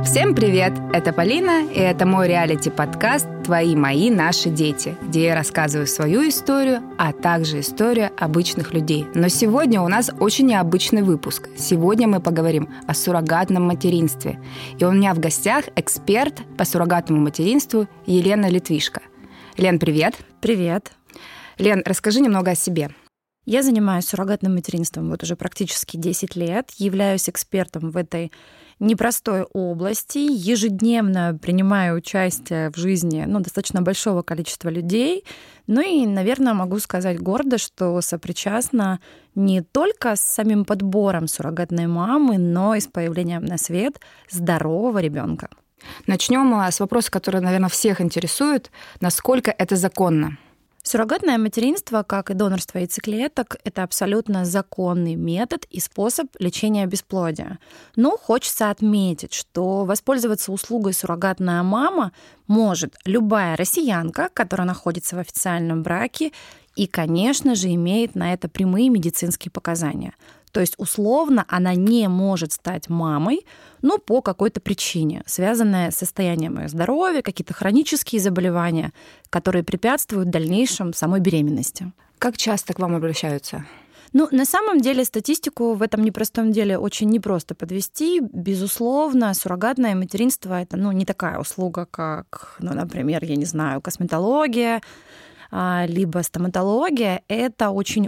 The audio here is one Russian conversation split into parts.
Всем привет! Это Полина, и это мой реалити-подкаст «Твои, мои, наши дети», где я рассказываю свою историю, а также историю обычных людей. Но сегодня у нас очень необычный выпуск. Сегодня мы поговорим о суррогатном материнстве. И у меня в гостях эксперт по суррогатному материнству Елена Литвишко. Лен, привет! Привет! Лен, расскажи немного о себе. Я занимаюсь суррогатным материнством вот уже практически 10 лет, являюсь экспертом в этой непростой области, ежедневно принимаю участие в жизни достаточно большого количества людей. Ну и, наверное, могу сказать гордо, что сопричастна не только с самим подбором суррогатной мамы, но и с появлением на свет здорового ребенка. Начнем с вопроса, который, наверное, всех интересует. Насколько это законно? Суррогатное материнство, как и донорство яйцеклеток, это абсолютно законный метод и способ лечения бесплодия. Но хочется отметить, что воспользоваться услугой суррогатная мама может любая россиянка, которая находится в официальном браке и, конечно же, имеет на это прямые медицинские показания. То есть, условно, она не может стать мамой, но по какой-то причине, связанной с состоянием ее здоровья, какие-то хронические заболевания, которые препятствуют дальнейшем самой беременности. Как часто к вам обращаются? На самом деле статистику в этом непростом деле очень непросто подвести. Безусловно, суррогатное материнство — это не такая услуга, как, например, косметология, либо стоматология. Это очень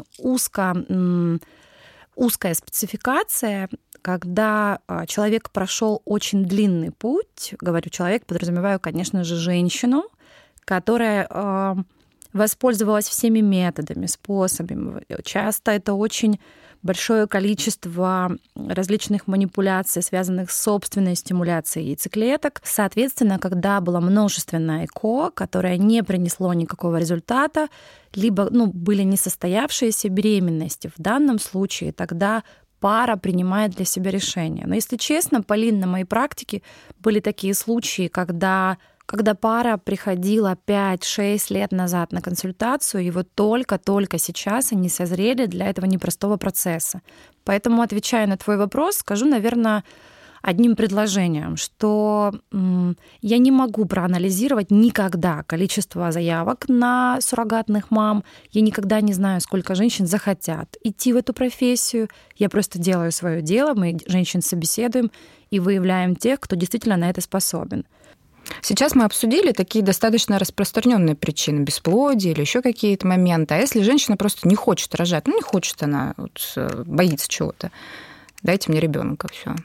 узкая спецификация, когда человек прошел очень длинный путь. Говорю человек, подразумеваю, конечно же, женщину, которая воспользовалась всеми методами, способами. Часто это очень большое количество различных манипуляций, связанных с собственной стимуляцией яйцеклеток. Соответственно, когда было множественное ЭКО, которое не принесло никакого результата, либо были несостоявшиеся беременности. В данном случае тогда пара принимает для себя решение. Но если честно, Полин, на моей практике были такие случаи, когда пара приходила 5-6 лет назад на консультацию, и вот только сейчас они созрели для этого непростого процесса. Поэтому, отвечая на твой вопрос, скажу, наверное, одним предложением, что я не могу проанализировать никогда количество заявок на суррогатных мам. Я никогда не знаю, сколько женщин захотят идти в эту профессию. Я просто делаю свое дело, мы женщин собеседуем и выявляем тех, кто действительно на это способен. Сейчас мы обсудили такие достаточно распространенные причины бесплодия или еще какие-то моменты. А если женщина просто не хочет рожать, не хочет она, боится чего-то, дайте мне ребенка, все.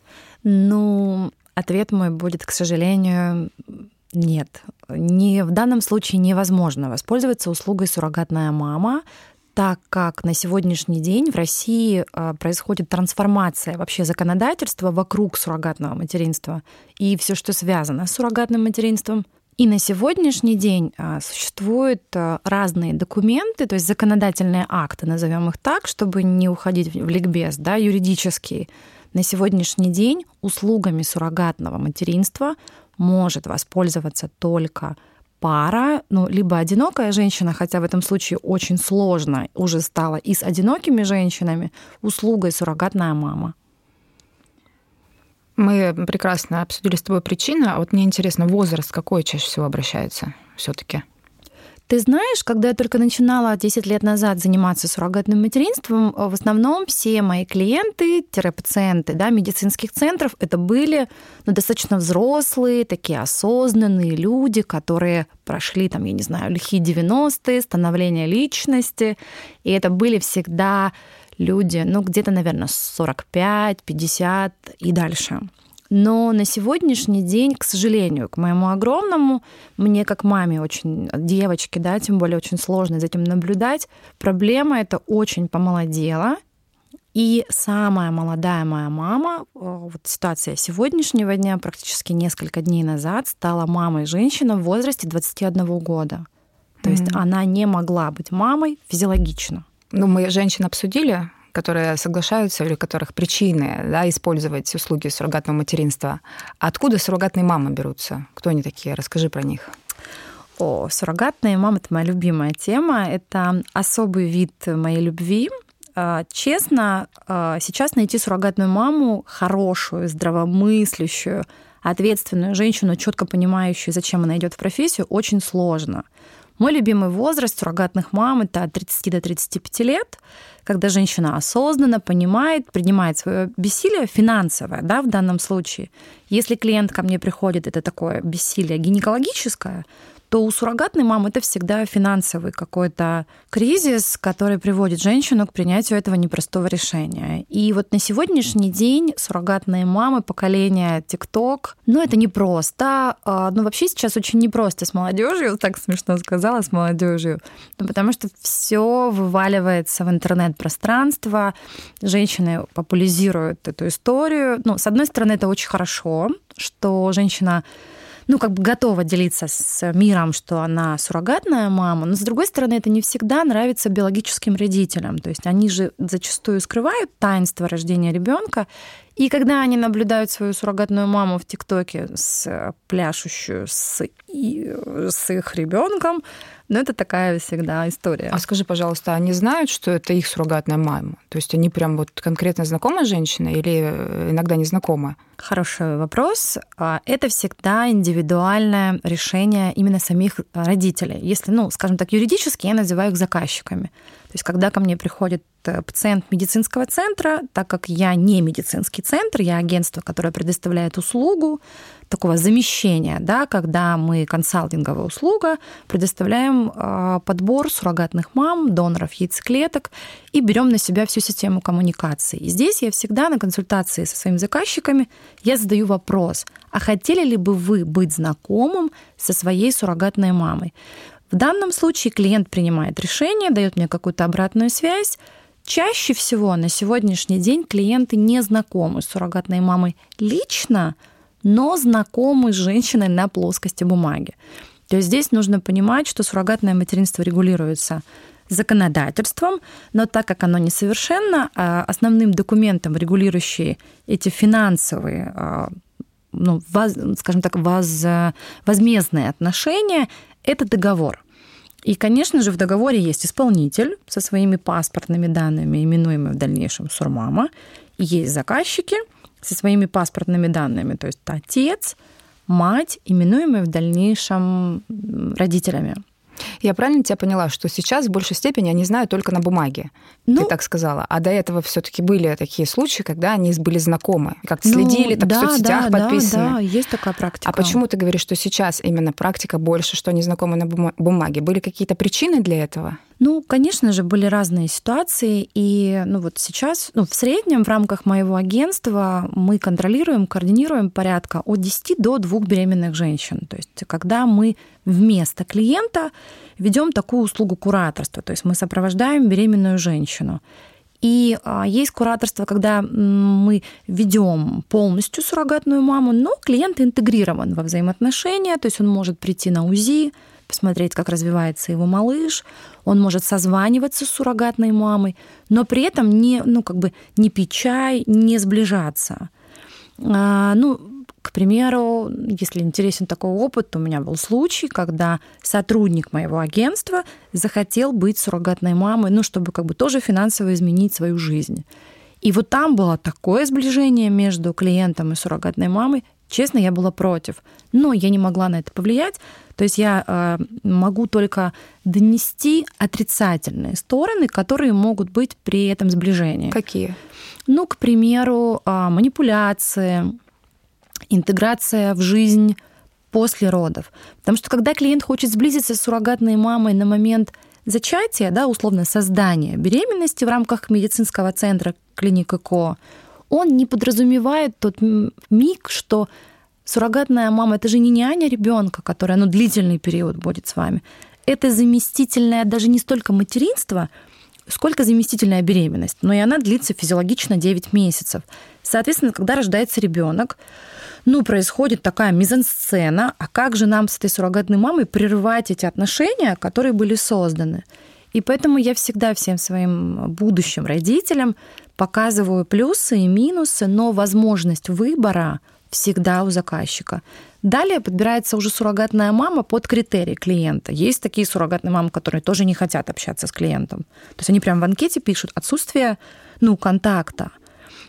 Ответ мой будет, к сожалению, нет. В данном случае невозможно воспользоваться услугой суррогатная мама, так как на сегодняшний день в России происходит трансформация вообще законодательства вокруг суррогатного материнства и все, что связано с суррогатным материнством. И на сегодняшний день существуют разные документы, то есть законодательные акты, назовем их так, чтобы не уходить в ликбез, юридические. На сегодняшний день услугами суррогатного материнства может воспользоваться только пара, либо одинокая женщина, хотя в этом случае очень сложно уже стало и с одинокими женщинами, услугой суррогатная мама. Мы прекрасно обсудили с тобой причины, а вот мне интересно, возраст какой чаще всего обращается все-таки? Ты знаешь, когда я только начинала 10 лет назад заниматься суррогатным материнством, в основном все мои клиенты-пациенты медицинских центров это были достаточно взрослые, такие осознанные люди, которые прошли, лихие 90-е, становление личности. И это были всегда люди, где-то, наверное, 45, 50 и дальше. Но на сегодняшний день, к сожалению, к моему огромному, мне как маме очень, девочке, тем более очень сложно за этим наблюдать, проблема эта очень помолодела. И самая молодая моя мама, ситуация сегодняшнего дня, практически несколько дней назад, стала мамой женщина в возрасте 21 года. То есть она не могла быть мамой физиологично. Мы женщин обсудили, которые соглашаются или у которых причины использовать услуги суррогатного материнства. Откуда суррогатные мамы берутся? Кто они такие? Расскажи про них. Суррогатные мамы — это моя любимая тема. Это особый вид моей любви. Честно, сейчас найти суррогатную маму хорошую, здравомыслящую, ответственную женщину, четко понимающую, зачем она идет в профессию, очень сложно. Мой любимый возраст суррогатных мам – это от 30 до 35 лет, когда женщина осознанно понимает, принимает свое бессилие финансовое, да, в данном случае. Если клиент ко мне приходит, это такое бессилие гинекологическое, то у суррогатной мамы это всегда финансовый какой-то кризис, который приводит женщину к принятию этого непростого решения. И вот на сегодняшний день суррогатные мамы поколения TikTok, это непросто. Вообще сейчас очень непросто с молодежью, так смешно сказала, с молодежью, потому что все вываливается в интернет-пространство, женщины популяризируют эту историю. С одной стороны, это очень хорошо, что женщина готова делиться с миром, что она суррогатная мама, но, с другой стороны, это не всегда нравится биологическим родителям. То есть они же зачастую скрывают таинство рождения ребенка, и когда они наблюдают свою суррогатную маму в ТикТоке пляшущую с их ребенком, это такая всегда история. А скажи, пожалуйста, они знают, что это их суррогатная мама? То есть они прям вот конкретно знакомы с женщиной или иногда не знакомы? Хороший вопрос. Это всегда индивидуальное решение именно самих родителей. Если, скажем так, юридически, я называю их заказчиками. То есть когда ко мне приходит пациент медицинского центра, так как я не медицинский центр, я агентство, которое предоставляет услугу такого замещения, да, когда мы, консалтинговая услуга, предоставляем подбор суррогатных мам, доноров яйцеклеток и берем на себя всю систему коммуникации. И здесь я всегда на консультации со своими заказчиками я задаю вопрос, а хотели ли бы вы быть знакомым со своей суррогатной мамой? В данном случае клиент принимает решение, дает мне какую-то обратную связь. Чаще всего на сегодняшний день клиенты не знакомы с суррогатной мамой лично, но знакомы с женщиной на плоскости бумаги. То есть здесь нужно понимать, что суррогатное материнство регулируется законодательством, но так как оно несовершенно, основным документом, регулирующим эти финансовые, скажем так, возмездные отношения, это договор. И, конечно же, в договоре есть исполнитель со своими паспортными данными, именуемый в дальнейшем сурмама, и есть заказчики со своими паспортными данными, то есть отец, мать, именуемые в дальнейшем родителями. Я правильно тебя поняла, что сейчас в большей степени они знают только на бумаге, ты так сказала, а до этого все-таки были такие случаи, когда они были знакомы, как-то следили, в соцсетях подписаны. Да, есть такая практика. А почему ты говоришь, что сейчас именно практика больше, что они знакомы на бумаге? Были какие-то причины для этого? Конечно же, были разные ситуации, и сейчас, в среднем в рамках моего агентства мы контролируем, координируем порядка от 10 до 2 беременных женщин. То есть когда мы вместо клиента ведем такую услугу кураторства, то есть мы сопровождаем беременную женщину. И есть кураторство, когда мы ведем полностью суррогатную маму, но клиент интегрирован во взаимоотношения, то есть он может прийти на УЗИ, посмотреть, как развивается его малыш, он может созваниваться с суррогатной мамой, но при этом не пить чай, не сближаться. К примеру, если интересен такой опыт, то у меня был случай, когда сотрудник моего агентства захотел быть суррогатной мамой, чтобы тоже финансово изменить свою жизнь. И вот там было такое сближение между клиентом и суррогатной мамой. Честно, я была против, но я не могла на это повлиять. То есть я могу только донести отрицательные стороны, которые могут быть при этом сближении. Какие? К примеру, манипуляции, интеграция в жизнь после родов. Потому что когда клиент хочет сблизиться с суррогатной мамой на момент зачатия, условно создания беременности в рамках медицинского центра клиника КО, он не подразумевает тот миг, что суррогатная мама — это же не няня ребенка, которая длительный период будет с вами. Это заместительное даже не столько материнство, сколько заместительная беременность. Но и она длится физиологично 9 месяцев. Соответственно, когда рождается ребенок, происходит такая мизансцена, а как же нам с этой суррогатной мамой прервать эти отношения, которые были созданы? И поэтому я всегда всем своим будущим родителям показываю плюсы и минусы, но возможность выбора всегда у заказчика. Далее подбирается уже суррогатная мама под критерии клиента. Есть такие суррогатные мамы, которые тоже не хотят общаться с клиентом. То есть они прямо в анкете пишут отсутствие контакта.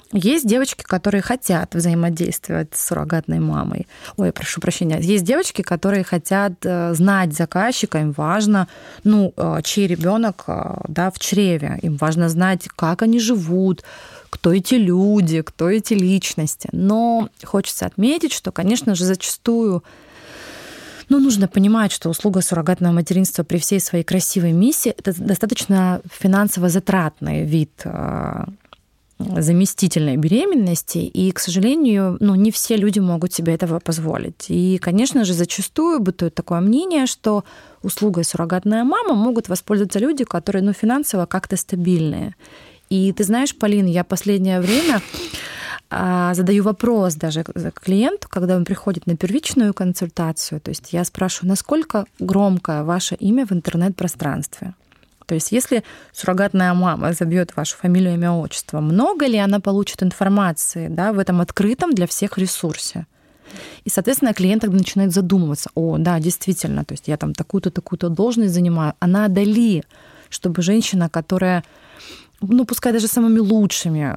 Есть девочки, которые хотят взаимодействовать с суррогатной мамой. Ой, прошу прощения. Есть девочки, которые хотят знать заказчика, им важно, чей ребенок, в чреве. Им важно знать, как они живут, кто эти люди, кто эти личности. Но хочется отметить, что, конечно же, зачастую нужно понимать, что услуга суррогатного материнства при всей своей красивой миссии — это достаточно финансово затратный вид заместительной беременности, и, к сожалению, не все люди могут себе этого позволить. И, конечно же, зачастую бытует такое мнение, что услугой суррогатная мама могут воспользоваться люди, которые, финансово как-то стабильные. И ты знаешь, Полин, я последнее время задаю вопрос даже клиенту, когда он приходит на первичную консультацию. То есть я спрашиваю, насколько громкое ваше имя в интернет-пространстве? То есть если суррогатная мама забьет вашу фамилию, имя, отчество, много ли она получит информации в этом открытом для всех ресурсе? И, соответственно, клиент тогда начинает задумываться: действительно, то есть я там такую-то должность занимаю, а надо ли, чтобы женщина, которая, пускай даже самыми лучшими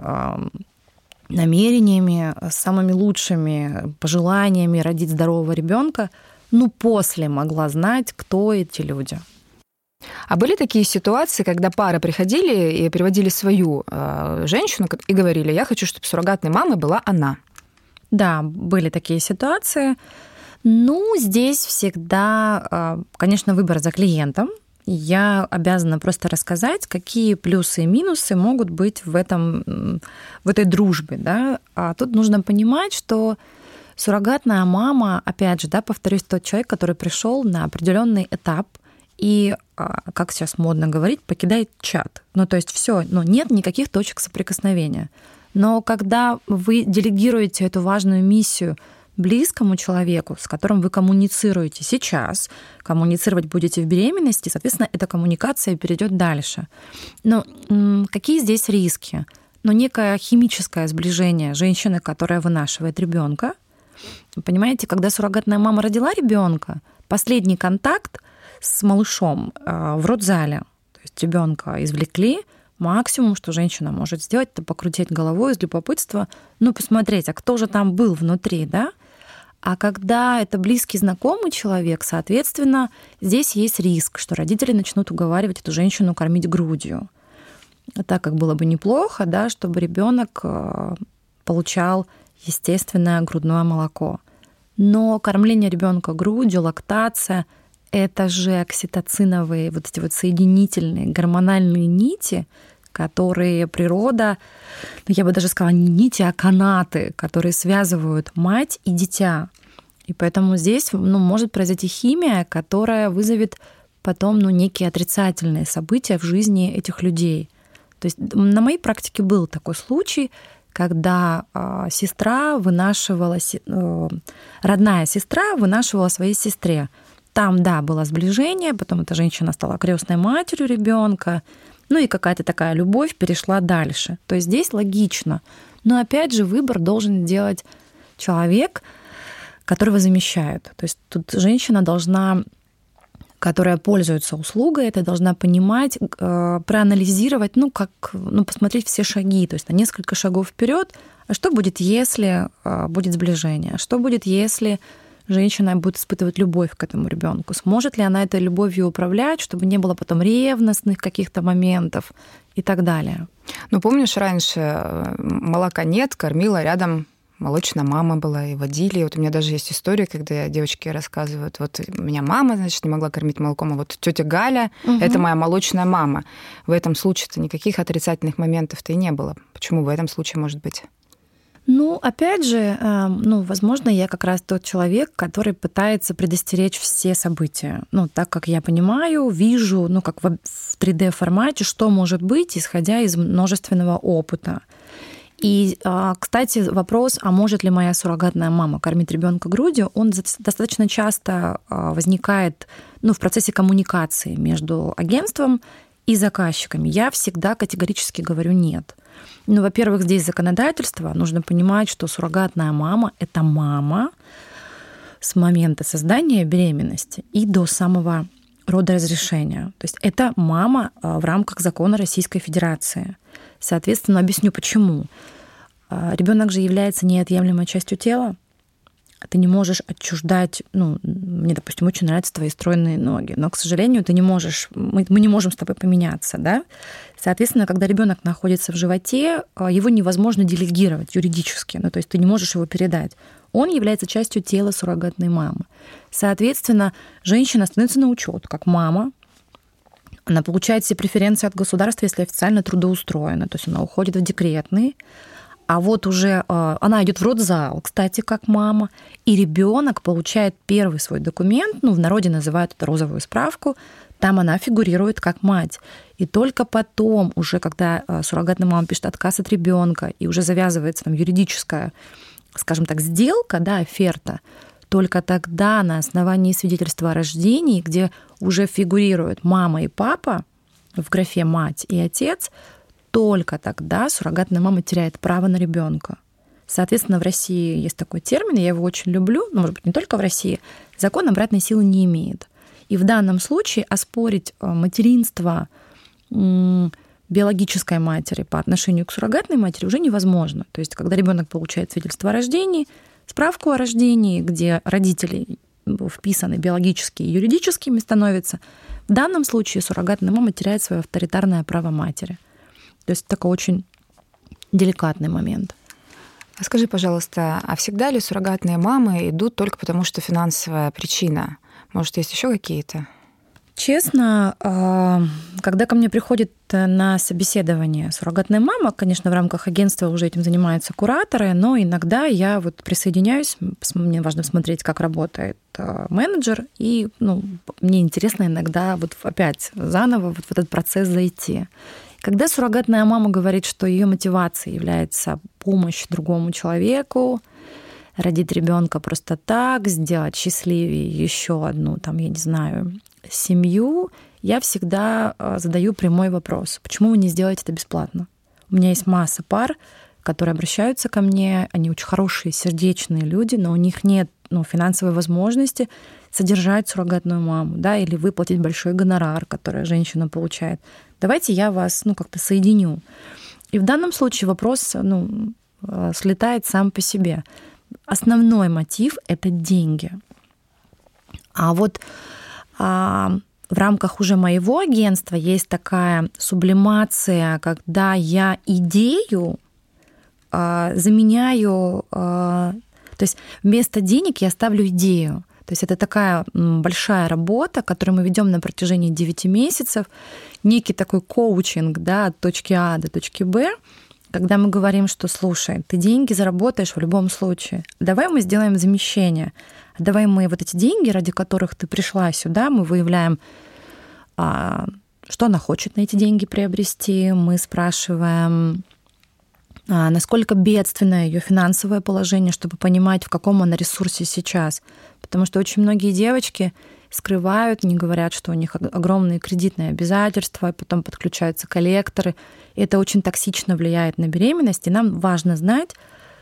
намерениями, самыми лучшими пожеланиями родить здорового ребенка, после могла знать, кто эти люди. А были такие ситуации, когда пары приходили и приводили свою женщину и говорили: я хочу, чтобы суррогатной мамой была она? Да, были такие ситуации. Здесь всегда, конечно, выбор за клиентом. Я обязана просто рассказать, какие плюсы и минусы могут быть в этой дружбе. Да? А тут нужно понимать, что суррогатная мама, опять же, повторюсь, тот человек, который пришел на определенный этап и, как сейчас модно говорить, покидает чат. То есть все, нет никаких точек соприкосновения. Но когда вы делегируете эту важную миссию близкому человеку, с которым вы коммуницируете сейчас, коммуницировать будете в беременности, соответственно, эта коммуникация перейдет дальше. Но какие здесь риски? Некое химическое сближение женщины, которая вынашивает ребенка. Понимаете, когда суррогатная мама родила ребенка, последний контакт с малышом в родзале, то есть ребенка извлекли, максимум, что женщина может сделать, это покрутить головой из любопытства, посмотреть, а кто же там был внутри, да? А когда это близкий, знакомый человек, соответственно, здесь есть риск, что родители начнут уговаривать эту женщину кормить грудью. Так как было бы неплохо, да, чтобы ребенок получал естественное грудное молоко. Но кормление ребенка грудью, лактация — это же окситоциновые эти соединительные гормональные нити, которые природа, я бы даже сказала, не нити, а канаты, которые связывают мать и дитя. И поэтому здесь может произойти химия, которая вызовет потом некие отрицательные события в жизни этих людей. То есть на моей практике был такой случай, когда сестра вынашивала, родная сестра вынашивала своей сестре. Там, да, было сближение, потом эта женщина стала крестной матерью ребенка, и какая-то такая любовь перешла дальше. То есть здесь логично. Но опять же выбор должен делать человек, которого замещают. То есть тут женщина должна, которая пользуется услугой, это должна понимать, проанализировать, посмотреть все шаги, то есть на несколько шагов вперед. А что будет, если будет сближение? Что будет, если женщина будет испытывать любовь к этому ребенку? Сможет ли она этой любовью управлять, чтобы не было потом ревностных каких-то моментов и так далее? Помнишь, раньше молока нет, кормила рядом молочная мама была, и водили. Вот у меня даже есть история, когда девочки рассказывают: вот у меня мама, значит, не могла кормить молоком, а вот тетя Галя — это моя молочная мама. В этом случае-то никаких отрицательных моментов-то и не было. Почему в этом случае может быть? Опять же, возможно, я как раз тот человек, который пытается предостеречь все события. Так как я понимаю, вижу, как в 3D-формате, что может быть, исходя из множественного опыта. И, кстати, вопрос, а может ли моя суррогатная мама кормить ребенка грудью, он достаточно часто возникает в процессе коммуникации между агентством и заказчиками. Я всегда категорически говорю нет. Во-первых, здесь законодательство. Нужно понимать, что суррогатная мама — это мама с момента создания беременности и до самого родоразрешения. То есть это мама в рамках закона Российской Федерации. Соответственно, объясню, почему. Ребенок же является неотъемлемой частью тела. Ты не можешь отчуждать, мне, допустим, очень нравятся твои стройные ноги, но, к сожалению, ты не можешь, мы не можем с тобой поменяться, да? Соответственно, когда ребенок находится в животе, его невозможно делегировать юридически, то есть ты не можешь его передать. Он является частью тела суррогатной мамы. Соответственно, женщина становится на учет как мама, она получает все преференции от государства, если официально трудоустроена, то есть она уходит в декретный. А вот уже она идет в родзал, кстати, как мама, и ребенок получает первый свой документ, в народе называют это розовую справку, там она фигурирует как мать. И только потом, уже когда суррогатная мама пишет отказ от ребенка, и уже завязывается там юридическая, скажем так, сделка, да, оферта, только тогда на основании свидетельства о рождении, где уже фигурируют мама и папа в графе мать и отец, только тогда суррогатная мама теряет право на ребенка. Соответственно, в России есть такой термин, я его очень люблю, но, может быть, не только в России, закон обратной силы не имеет. И в данном случае оспорить материнство биологической матери по отношению к суррогатной матери уже невозможно. То есть, когда ребенок получает свидетельство о рождении, справку о рождении, где родители вписаны биологически и юридическими становятся, в данном случае суррогатная мама теряет свое авторитарное право матери. То есть такой очень деликатный момент. А скажи, пожалуйста, а всегда ли суррогатные мамы идут только потому, что финансовая причина? Может, есть еще какие-то? Честно, когда ко мне приходит на собеседование суррогатная мама, конечно, в рамках агентства уже этим занимаются кураторы, но иногда я присоединяюсь, мне важно смотреть, как работает менеджер, и мне интересно иногда опять заново в этот процесс зайти. Когда суррогатная мама говорит, что ее мотивацией является помощь другому человеку, родить ребенка просто так, сделать счастливее еще одну, семью, я всегда задаю прямой вопрос: почему вы не сделаете это бесплатно? У меня есть масса пар, которые обращаются ко мне, они очень хорошие, сердечные люди, но у них нет финансовой возможности содержать суррогатную маму, да, или выплатить большой гонорар, который женщина получает. Давайте я вас как-то соединю. И в данном случае вопрос слетает сам по себе. Основной мотив — это деньги. А в рамках уже моего агентства есть такая сублимация, когда я идею заменяю, то есть вместо денег я ставлю идею. То есть это такая большая работа, которую мы ведем на протяжении 9 месяцев, некий такой коучинг, да, от точки А до точки Б, когда мы говорим, что, слушай, ты деньги заработаешь в любом случае, давай мы сделаем замещение, давай мы эти деньги, ради которых ты пришла сюда, мы выявляем, что она хочет на эти деньги приобрести, мы спрашиваем, насколько бедственное ее финансовое положение, чтобы понимать, в каком она ресурсе сейчас. Потому что очень многие девочки скрывают, не говорят, что у них огромные кредитные обязательства, и потом подключаются коллекторы. И это очень токсично влияет на беременность, и нам важно знать,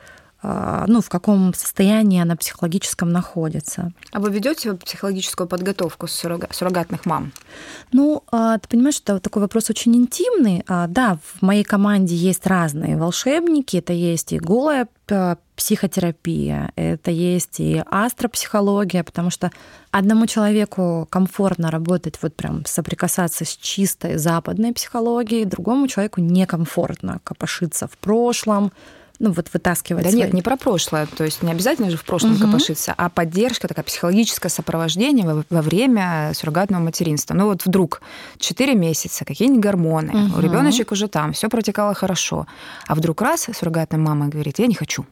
в каком состоянии она психологическом находится. А вы ведете психологическую подготовку суррогатных мам? Ты понимаешь, что такой вопрос очень интимный. Да, в моей команде есть разные волшебники. Это есть и голая психотерапия, это есть и астропсихология, потому что одному человеку комфортно работать, прям соприкасаться с чистой западной психологией, другому человеку некомфортно копошиться в прошлом, вытаскивать. Да нет, не про прошлое, то есть не обязательно же в прошлом копошиться, а поддержка, такая психологическое сопровождение во время суррогатного материнства. Вдруг 4 месяца, какие-нибудь гормоны, ребеночек уже там, все протекало хорошо, а вдруг раз суррогатная мама говорит: я не хочу.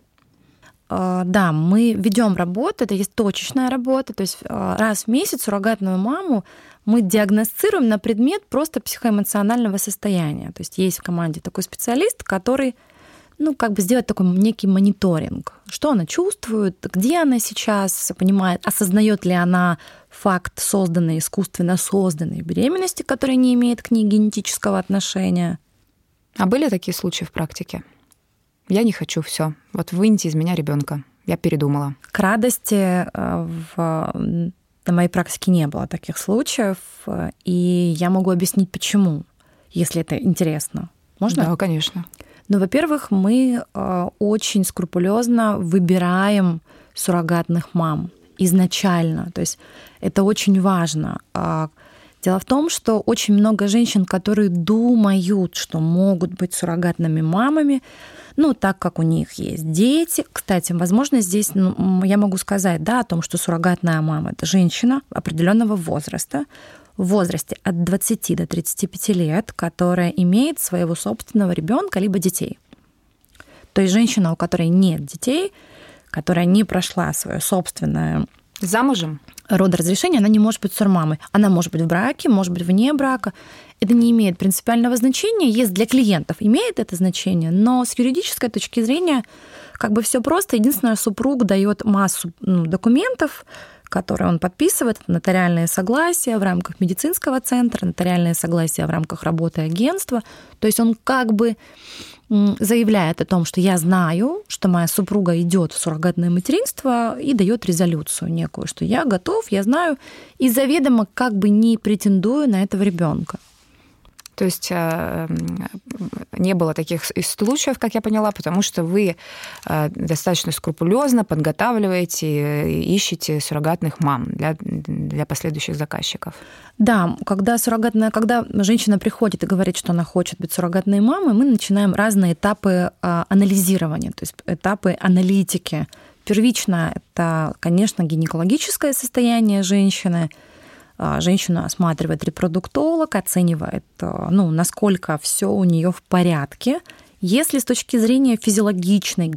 Да, мы ведем работу, это есть точечная работа, то есть раз в месяц суррогатную маму мы диагностируем на предмет просто психоэмоционального состояния. То есть есть в команде такой специалист, который сделать такой некий мониторинг. Что она чувствует, где она сейчас, понимает, осознает ли она факт искусственно созданной беременности, которая не имеет к ней генетического отношения. А были такие случаи в практике? Я не хочу, все. Выньте из меня ребенка. Я передумала. К радости на моей практике не было таких случаев, и я могу объяснить, почему, если это интересно. Можно? Да, конечно. Но, во-первых, мы очень скрупулезно выбираем суррогатных мам изначально. То есть это очень важно. Дело в том, что очень много женщин, которые думают, что могут быть суррогатными мамами, так как у них есть дети. Кстати, возможно, здесь я могу сказать, о том, что суррогатная мама — это женщина определенного возраста, в возрасте от 20 до 35 лет, которая имеет своего собственного ребенка либо детей. То есть женщина, у которой нет детей, которая не прошла свое собственное замужем родоразрешение, она не может быть сурмамой. Она может быть в браке, может быть вне брака. Это не имеет принципиального значения. Есть для клиентов, имеет это значение, но с юридической точки зрения все просто. Единственное, супруг дает массу документов, которые он подписывает, нотариальные согласия в рамках медицинского центра, нотариальные согласия в рамках работы агентства. То есть он заявляет о том, что я знаю, что моя супруга идет в суррогатное материнство, и дает резолюцию некую, что я готов, я знаю, и заведомо не претендую на этого ребенка. То есть не было таких случаев, как я поняла, потому что вы достаточно скрупулезно подготавливаете, ищете суррогатных мам для последующих заказчиков. Да, когда женщина приходит и говорит, что она хочет быть суррогатной мамой, мы начинаем разные этапы анализирования, то есть этапы аналитики. Первично это, конечно, гинекологическое состояние женщины. Женщину осматривает репродуктолог, оценивает, насколько все у нее в порядке. Если с точки зрения физиологичной,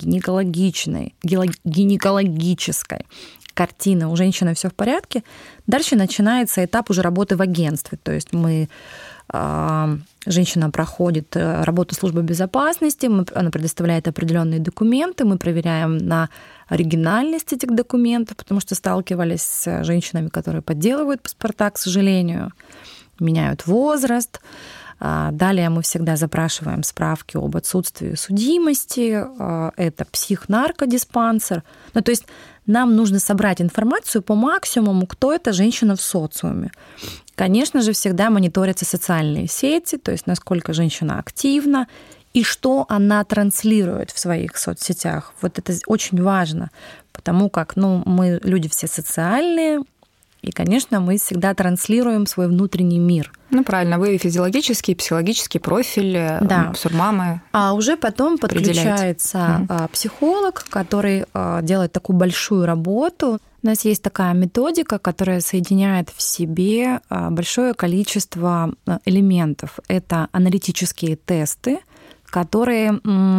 гинекологической картины у женщины все в порядке, дальше начинается этап уже работы в агентстве. То есть женщина проходит работу службы безопасности, она предоставляет определенные документы, мы проверяем на оригинальность этих документов, потому что сталкивались с женщинами, которые подделывают паспорта, к сожалению, меняют возраст. Далее мы всегда запрашиваем справки об отсутствии судимости. Это психонаркодиспансер. То есть нам нужно собрать информацию по максимуму, кто эта женщина в социуме. Конечно же, всегда мониторятся социальные сети, то есть насколько женщина активна и что она транслирует в своих соцсетях. Вот это очень важно, потому как мы люди все социальные, и, конечно, мы всегда транслируем свой внутренний мир. Правильно, вы физиологический, психологический профиль сурмамы. А уже потом подключается психолог, который делает такую большую работу. У нас есть такая методика, которая соединяет в себе большое количество элементов. Это аналитические тесты, которые,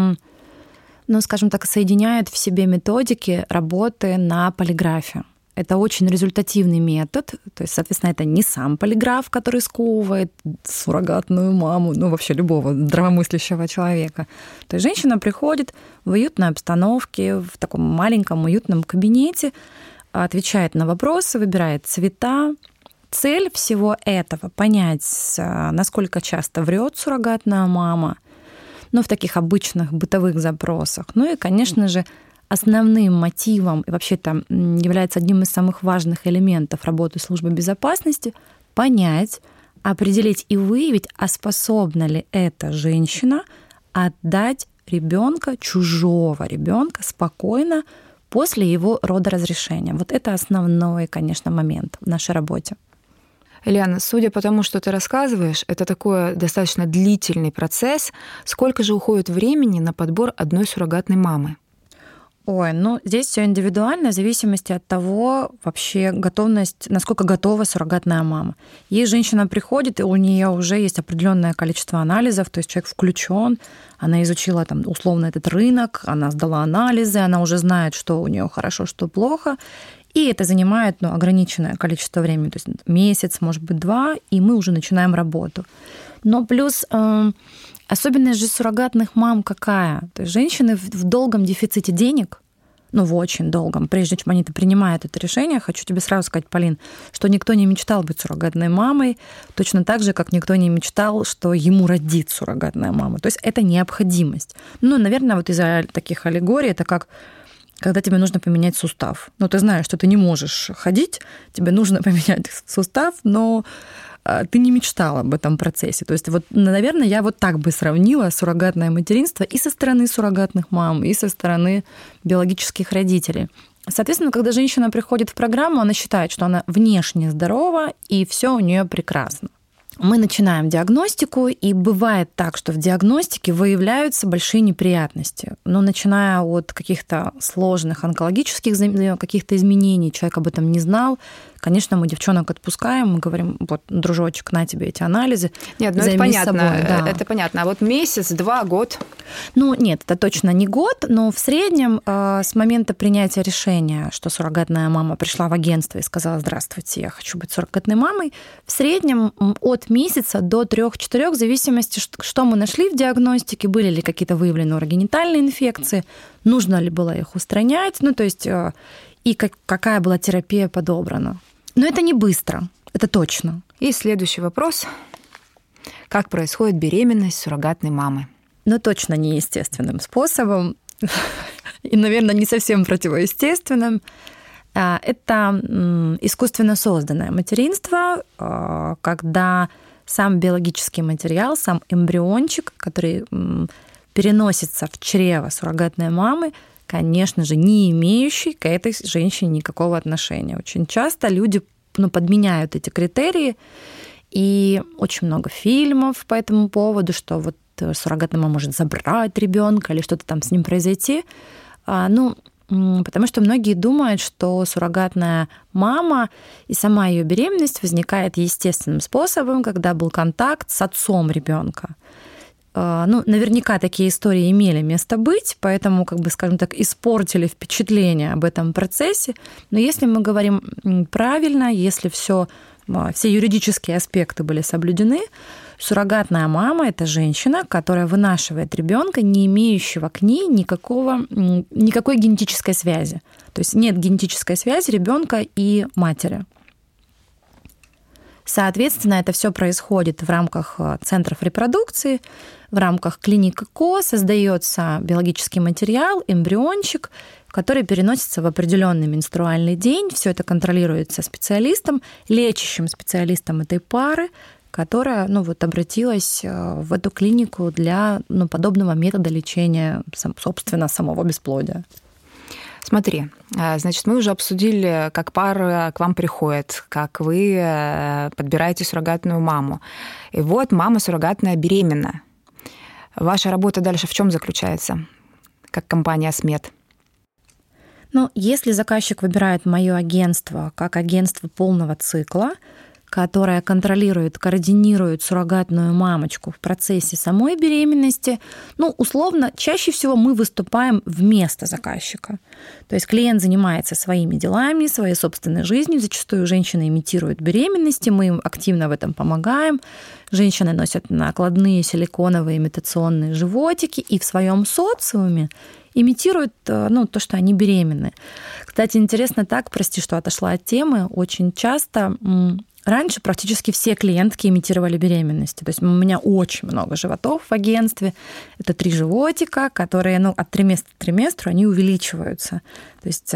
соединяют в себе методики работы на полиграфе. Это очень результативный метод, то есть, соответственно, это не сам полиграф, который сковывает суррогатную маму, вообще любого здравомыслящего человека. То есть женщина приходит в уютной обстановке, в таком маленьком уютном кабинете, отвечает на вопросы, выбирает цвета. Цель всего этого — понять, насколько часто врет суррогатная мама, в таких обычных бытовых запросах. И, конечно же, основным мотивом и вообще-то является одним из самых важных элементов работы службы безопасности — понять, определить и выявить, а способна ли эта женщина отдать ребенка, чужого ребенка, спокойно после его родоразрешения. Вот это основной, конечно, момент в нашей работе. Ильяна, судя по тому, что ты рассказываешь, это такой достаточно длительный процесс. Сколько же уходит времени на подбор одной суррогатной мамы? Здесь все индивидуально, в зависимости от того, вообще готовность, насколько готова суррогатная мама. Ей женщина приходит, и у нее уже есть определенное количество анализов, то есть человек включен, она изучила условно этот рынок, она сдала анализы, она уже знает, что у нее хорошо, что плохо, и это занимает ограниченное количество времени, то есть месяц, может быть, 2, и мы уже начинаем работу. Но плюс особенность же суррогатных мам какая? То есть женщины в долгом дефиците денег, в очень долгом, прежде чем они принимают это решение, хочу тебе сразу сказать, Полин, что никто не мечтал быть суррогатной мамой, точно так же, как никто не мечтал, что ему родит суррогатная мама. То есть это необходимость. Наверное, из-за таких аллегорий, это как когда тебе нужно поменять сустав. Ну, ты знаешь, что ты не можешь ходить, тебе нужно поменять сустав, но ты не мечтала об этом процессе. То есть, вот, наверное, я вот так бы сравнила суррогатное материнство и со стороны суррогатных мам, и со стороны биологических родителей. Соответственно, когда женщина приходит в программу, она считает, что она внешне здорова, и все у нее прекрасно. Мы начинаем диагностику, и бывает так, что в диагностике выявляются большие неприятности. Но начиная от каких-то сложных онкологических каких-то изменений, человек об этом не знал. Конечно, мы девчонок отпускаем, мы говорим: вот, дружочек, на тебе эти анализы. Нет, ну это понятно, это понятно. А вот месяц, 2, год? Ну нет, это точно не год, но в среднем с момента принятия решения, что суррогатная мама пришла в агентство и сказала: здравствуйте, я хочу быть суррогатной мамой, в среднем от месяца до 3-4, в зависимости, что мы нашли в диагностике, были ли какие-то выявлены урогенитальные инфекции, нужно ли было их устранять, ну то есть и какая была терапия подобрана. Но это не быстро, это точно. И следующий вопрос. Как происходит беременность суррогатной мамы? Ну, точно не естественным способом. И, наверное, не совсем противоестественным. Это искусственно созданное материнство, когда сам биологический материал, сам эмбриончик, который переносится в чрево суррогатной мамы, конечно же, не имеющий к этой женщине никакого отношения. Очень часто люди подменяют эти критерии, и очень много фильмов по этому поводу, что вот суррогатная мама может забрать ребенка или что-то там с ним произойти. Потому что многие думают, что суррогатная мама и сама ее беременность возникает естественным способом, когда был контакт с отцом ребенка. Наверняка такие истории имели место быть, поэтому, скажем так, испортили впечатление об этом процессе. Но если мы говорим правильно, если все юридические аспекты были соблюдены, суррогатная мама – это женщина, которая вынашивает ребенка, не имеющего к ней никакой генетической связи. То есть нет генетической связи ребенка и матери. Соответственно, это все происходит в рамках центров репродукции, в рамках клиники КО создается биологический материал, эмбриончик, который переносится в определенный менструальный день. Все это контролируется специалистом, лечащим специалистом этой пары, которая обратилась в эту клинику для подобного метода лечения, собственно, самого бесплодия. Смотри, значит, мы уже обсудили, как пара к вам приходит, как вы подбираете суррогатную маму. И вот мама суррогатная беременна. Ваша работа дальше в чем заключается, как компания СМЕД? Если заказчик выбирает мое агентство как агентство полного цикла, которая контролирует, координирует суррогатную мамочку в процессе самой беременности, условно, чаще всего мы выступаем вместо заказчика. То есть клиент занимается своими делами, своей собственной жизнью. Зачастую женщины имитируют беременности, мы им активно в этом помогаем. Женщины носят накладные силиконовые имитационные животики и в своем социуме имитируют то, что они беременны. Кстати, интересно так, прости, что отошла от темы, очень часто раньше практически все клиентки имитировали беременности. То есть у меня очень много животов в агентстве. Это 3 животика, которые от триместра к триместру они увеличиваются. То есть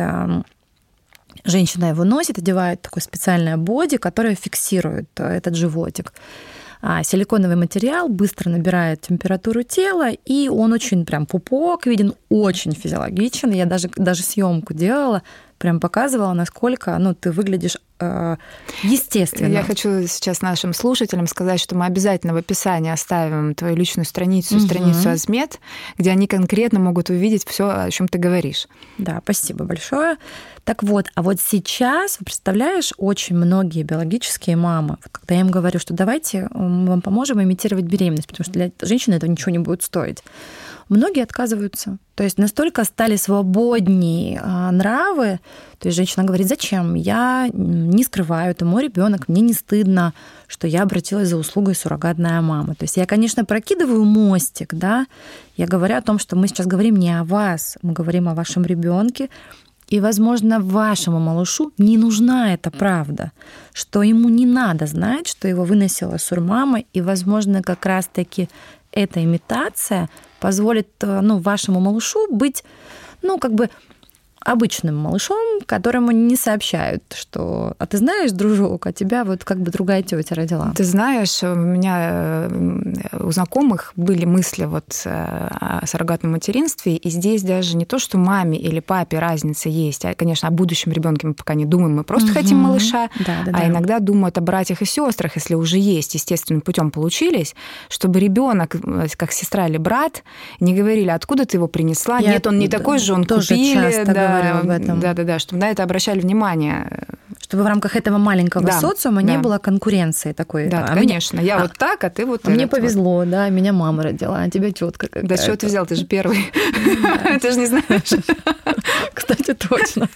женщина его носит, одевает такое специальное боди, которое фиксирует этот животик. Силиконовый материал быстро набирает температуру тела, и он очень прям пупок виден, очень физиологичен. Я даже съемку делала, прям показывала, насколько ты выглядишь естественно. Я хочу сейчас нашим слушателям сказать, что мы обязательно в описании оставим твою личную страницу, страницу АСМЕД, где они конкретно могут увидеть все, о чем ты говоришь. Да, спасибо большое. Так вот, а вот сейчас, представляешь, очень многие биологические мамы, когда я им говорю, что давайте мы вам поможем имитировать беременность, потому что для женщины это ничего не будет стоить, многие отказываются. То есть настолько стали свободнее нравы. То есть женщина говорит: зачем? Я не скрываю, это мой ребенок, мне не стыдно, что я обратилась за услугой суррогатная мама. То есть я, конечно, прокидываю мостик, да, я говорю о том, что мы сейчас говорим не о вас, мы говорим о вашем ребенке, и, возможно, вашему малышу не нужна эта правда, что ему не надо знать, что его выносила сурмама, и, возможно, как раз-таки эта имитация позволит вашему малышу быть, обычным малышом, которому не сообщают, что «а ты знаешь, дружок, а тебя вот как бы другая тетя родила». Ты знаешь, у меня у знакомых были мысли вот о суррогатном материнстве, и здесь даже не то, что маме или папе разница есть, а, конечно, о будущем ребенке мы пока не думаем, мы просто хотим малыша, а иногда думают о братьях и сестрах, если уже есть, естественным путем получились, чтобы ребенок, как сестра или брат, не говорили, откуда ты его принесла, нет, он не такой же, он купили, об этом. Да, чтобы на это обращали внимание. Чтобы в рамках этого маленького социума не было конкуренции такой. Да, конечно. Я вот так, а ты вот это. Мне повезло, да, меня мама родила, а тебя тетка какая-то. Да, что ты взял? Ты же первый. Ты же не знаешь. Кстати, точно.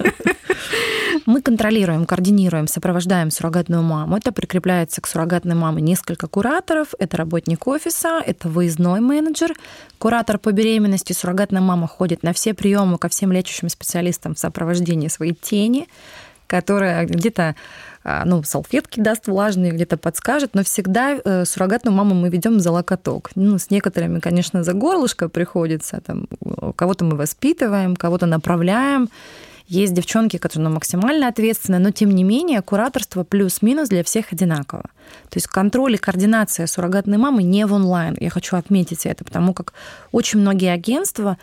Мы контролируем, координируем, сопровождаем суррогатную маму. Это прикрепляется к суррогатной маме несколько кураторов. Это работник офиса, это выездной менеджер. Куратор по беременности, суррогатная мама ходит на все приемы ко всем лечащим специалистам в сопровождении своей тени, которая где-то салфетки даст влажные, где-то подскажет, но всегда суррогатную маму мы ведем за локоток. С некоторыми, конечно, за горлышко приходится. Там, кого-то мы воспитываем, кого-то направляем. Есть девчонки, которые максимально ответственны, но тем не менее кураторство плюс-минус для всех одинаково. То есть контроль и координация суррогатной мамы не в онлайн. Я хочу отметить это, потому как очень многие агентства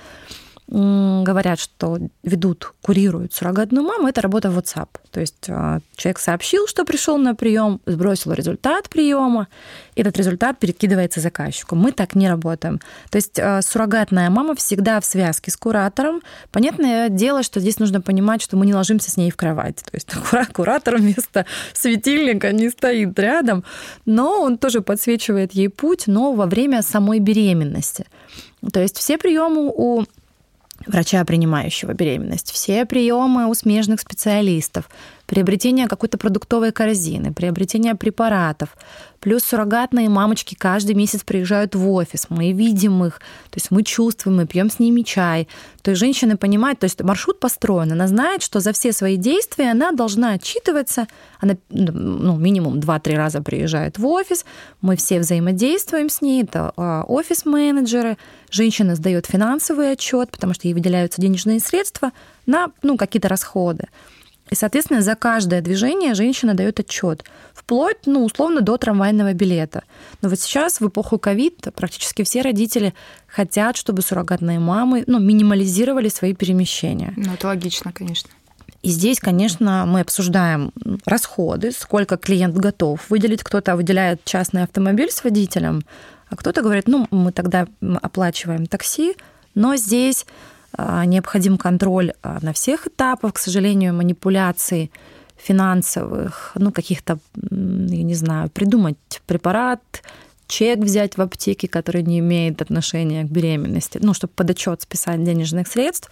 говорят, что курируют суррогатную маму, это работа в WhatsApp. То есть человек сообщил, что пришел на прием, сбросил результат приема, этот результат перекидывается заказчику. Мы так не работаем. То есть суррогатная мама всегда в связке с куратором. Понятное дело, что здесь нужно понимать, что мы не ложимся с ней в кровать. То есть куратор вместо светильника не стоит рядом, но он тоже подсвечивает ей путь, но во время самой беременности. То есть все приемы у врача, принимающего беременность, все приемы у смежных специалистов, приобретение какой-то продуктовой корзины, приобретение препаратов, плюс суррогатные мамочки каждый месяц приезжают в офис, мы видим их, то есть мы чувствуем, мы пьем с ними чай. То есть женщины понимают, то есть маршрут построен, она знает, что за все свои действия она должна отчитываться, она минимум 2-3 раза приезжает в офис, мы все взаимодействуем с ней, это офис-менеджеры, женщина сдает финансовый отчет, потому что ей выделяются денежные средства на какие-то расходы. И, соответственно, за каждое движение женщина дает отчет, вплоть, условно, до трамвайного билета. Но вот сейчас, в эпоху ковид, практически все родители хотят, чтобы суррогатные мамы минимализировали свои перемещения. Это логично, конечно. И здесь, конечно, мы обсуждаем расходы, сколько клиент готов выделить. Кто-то выделяет частный автомобиль с водителем, а кто-то говорит, мы тогда оплачиваем такси, но здесь необходим контроль на всех этапах, к сожалению, манипуляций финансовых, каких-то, я не знаю, придумать препарат, чек взять в аптеке, который не имеет отношения к беременности, чтобы под отчет списать денежных средств.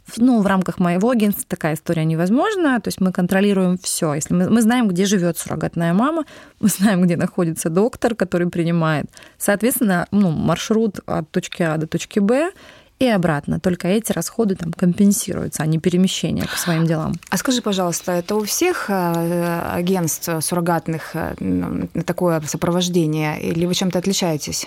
В рамках моего агентства такая история невозможна, то есть мы контролируем все. Если мы знаем, где живет суррогатная мама, мы знаем, где находится доктор, который принимает. Соответственно, маршрут от точки А до точки Б и обратно. Только эти расходы компенсируются, а не перемещение по своим делам. А скажи, пожалуйста, это у всех агентств суррогатных такое сопровождение, или вы чем-то отличаетесь?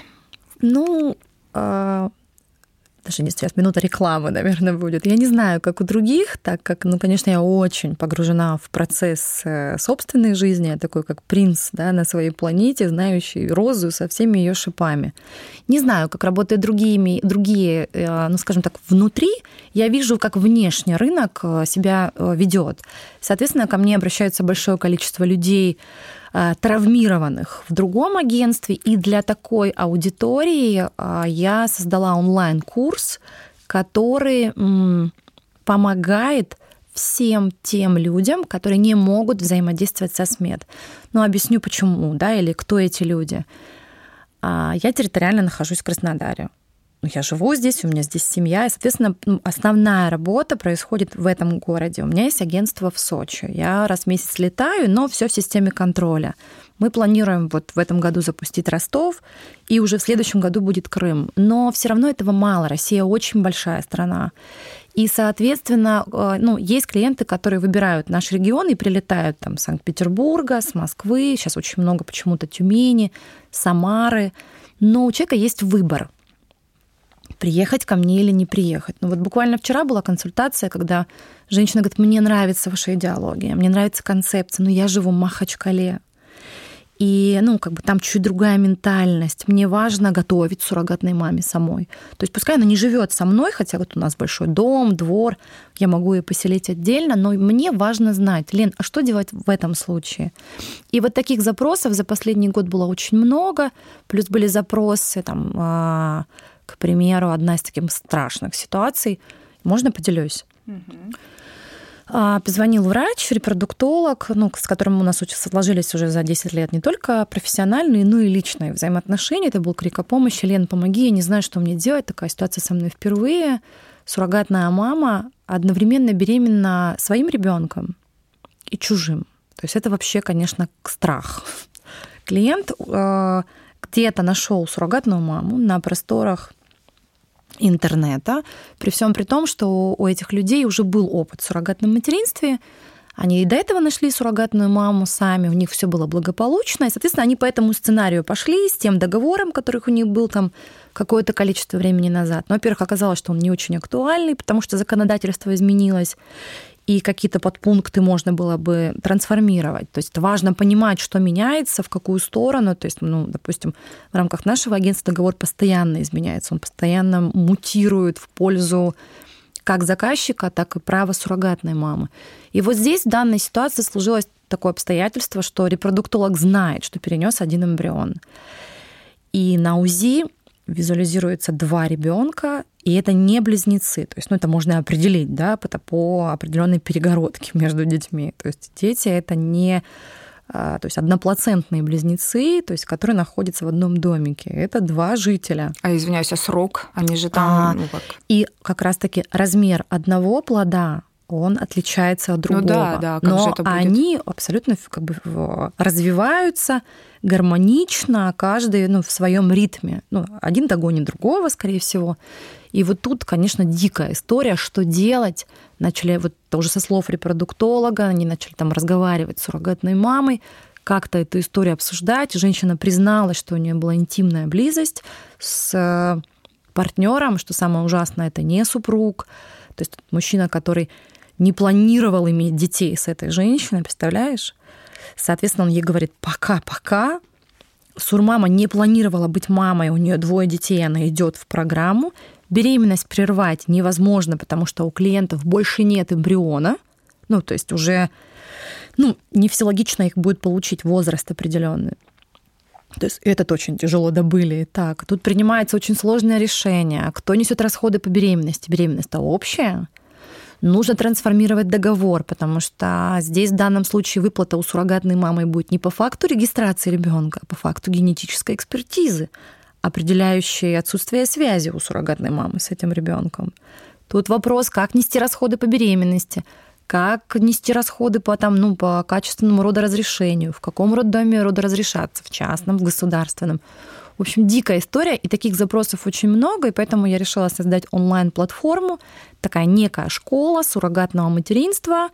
Даже не сейчас минута рекламы, наверное, будет. Я не знаю, как у других, так как, конечно, я очень погружена в процесс собственной жизни. Я такой, как принц, на своей планете, знающий розу со всеми ее шипами. Не знаю, как работают другие, скажем так, внутри. Я вижу, как внешне рынок себя ведет. Соответственно, ко мне обращается большое количество людей, травмированных в другом агентстве. И для такой аудитории я создала онлайн-курс, который помогает всем тем людям, которые не могут взаимодействовать со СМЕД. Объясню почему, или кто эти люди. Я территориально нахожусь в Краснодаре. Я живу здесь, у меня здесь семья, и, соответственно, основная работа происходит в этом городе. У меня есть агентство в Сочи. Я раз в месяц летаю, но все в системе контроля. Мы планируем в этом году запустить Ростов, и уже в следующем году будет Крым. Но все равно этого мало. Россия очень большая страна. И, соответственно, есть клиенты, которые выбирают наш регион и прилетают с Санкт-Петербурга, с Москвы, сейчас очень много почему-то Тюмени, Самары. Но у человека есть выбор. приехать ко мне или не приехать. Ну вот буквально вчера была консультация, когда женщина говорит, мне нравится ваша идеология, мне нравится концепция, но я живу в Махачкале. И, там чуть другая ментальность. Мне важно готовить суррогатной маме самой. То есть пускай она не живет со мной, хотя вот у нас большой дом, двор, я могу ее поселить отдельно, но мне важно знать, Лен, а что делать в этом случае? И вот таких запросов за последний год было очень много, плюс были запросы, к примеру, одна из таких страшных ситуаций. Можно поделюсь? Позвонил врач, репродуктолог, с которым у нас сложились уже за 10 лет не только профессиональные, но и личные взаимоотношения. Это был крик о помощи. Лен, помоги, я не знаю, что мне делать. Такая ситуация со мной впервые. Суррогатная мама одновременно беременна своим ребенком и чужим. То есть это вообще, конечно, страх. Клиент где-то нашел суррогатную маму на просторах интернета, при всем при том, что у этих людей уже был опыт в суррогатном материнстве, они и до этого нашли суррогатную маму сами, у них все было благополучно, и, соответственно, они по этому сценарию пошли с тем договором, который у них был там какое-то количество времени назад. Но, во-первых, оказалось, что он не очень актуальный, потому что законодательство изменилось, и какие-то подпункты можно было бы трансформировать. То есть важно понимать, что меняется, в какую сторону. То есть, допустим, в рамках нашего агентства договор постоянно изменяется, он постоянно мутирует в пользу как заказчика, так и права суррогатной мамы. И вот здесь в данной ситуации сложилось такое обстоятельство, что репродуктолог знает, что перенес один эмбрион. И на УЗИ визуализируется 2 ребенка, и это не близнецы. То есть, это можно определить, да, по определенной перегородке между детьми. То есть дети это не одноплацентные близнецы, то есть, которые находятся в одном домике. Это 2 жителя. Извиняюсь, а срок? Они же там... И как раз-таки размер одного плода, он отличается от другого. Да, но они абсолютно развиваются гармонично, каждый в своем ритме. Один догонит другого, скорее всего. И вот тут, конечно, дикая история, что делать. Начали тоже со слов репродуктолога, они начали там разговаривать с суррогатной мамой, как-то эту историю обсуждать. Женщина призналась, что у нее была интимная близость с партнером, что самое ужасное, это не супруг. То есть мужчина, который не планировал иметь детей с этой женщиной, представляешь? Соответственно, он ей говорит, пока. Сурмама не планировала быть мамой, у нее 2 детей, она идет в программу. Беременность прервать невозможно, потому что у клиентов больше нет эмбриона. То есть уже не физиологично их будет получить возраст определенный. То есть этот очень тяжело добыли. Так, тут принимается очень сложное решение. Кто несет расходы по беременности? Беременность-то общая. Нужно трансформировать договор, потому что здесь в данном случае выплата у суррогатной мамы будет не по факту регистрации ребенка, а по факту генетической экспертизы, определяющей отсутствие связи у суррогатной мамы с этим ребенком. Тут вопрос, как нести расходы по беременности, как нести расходы по качественному родоразрешению, в каком роддоме родоразрешаться, в частном, в государственном. В общем, дикая история, и таких запросов очень много, и поэтому я решила создать онлайн-платформу, такая некая школа суррогатного материнства,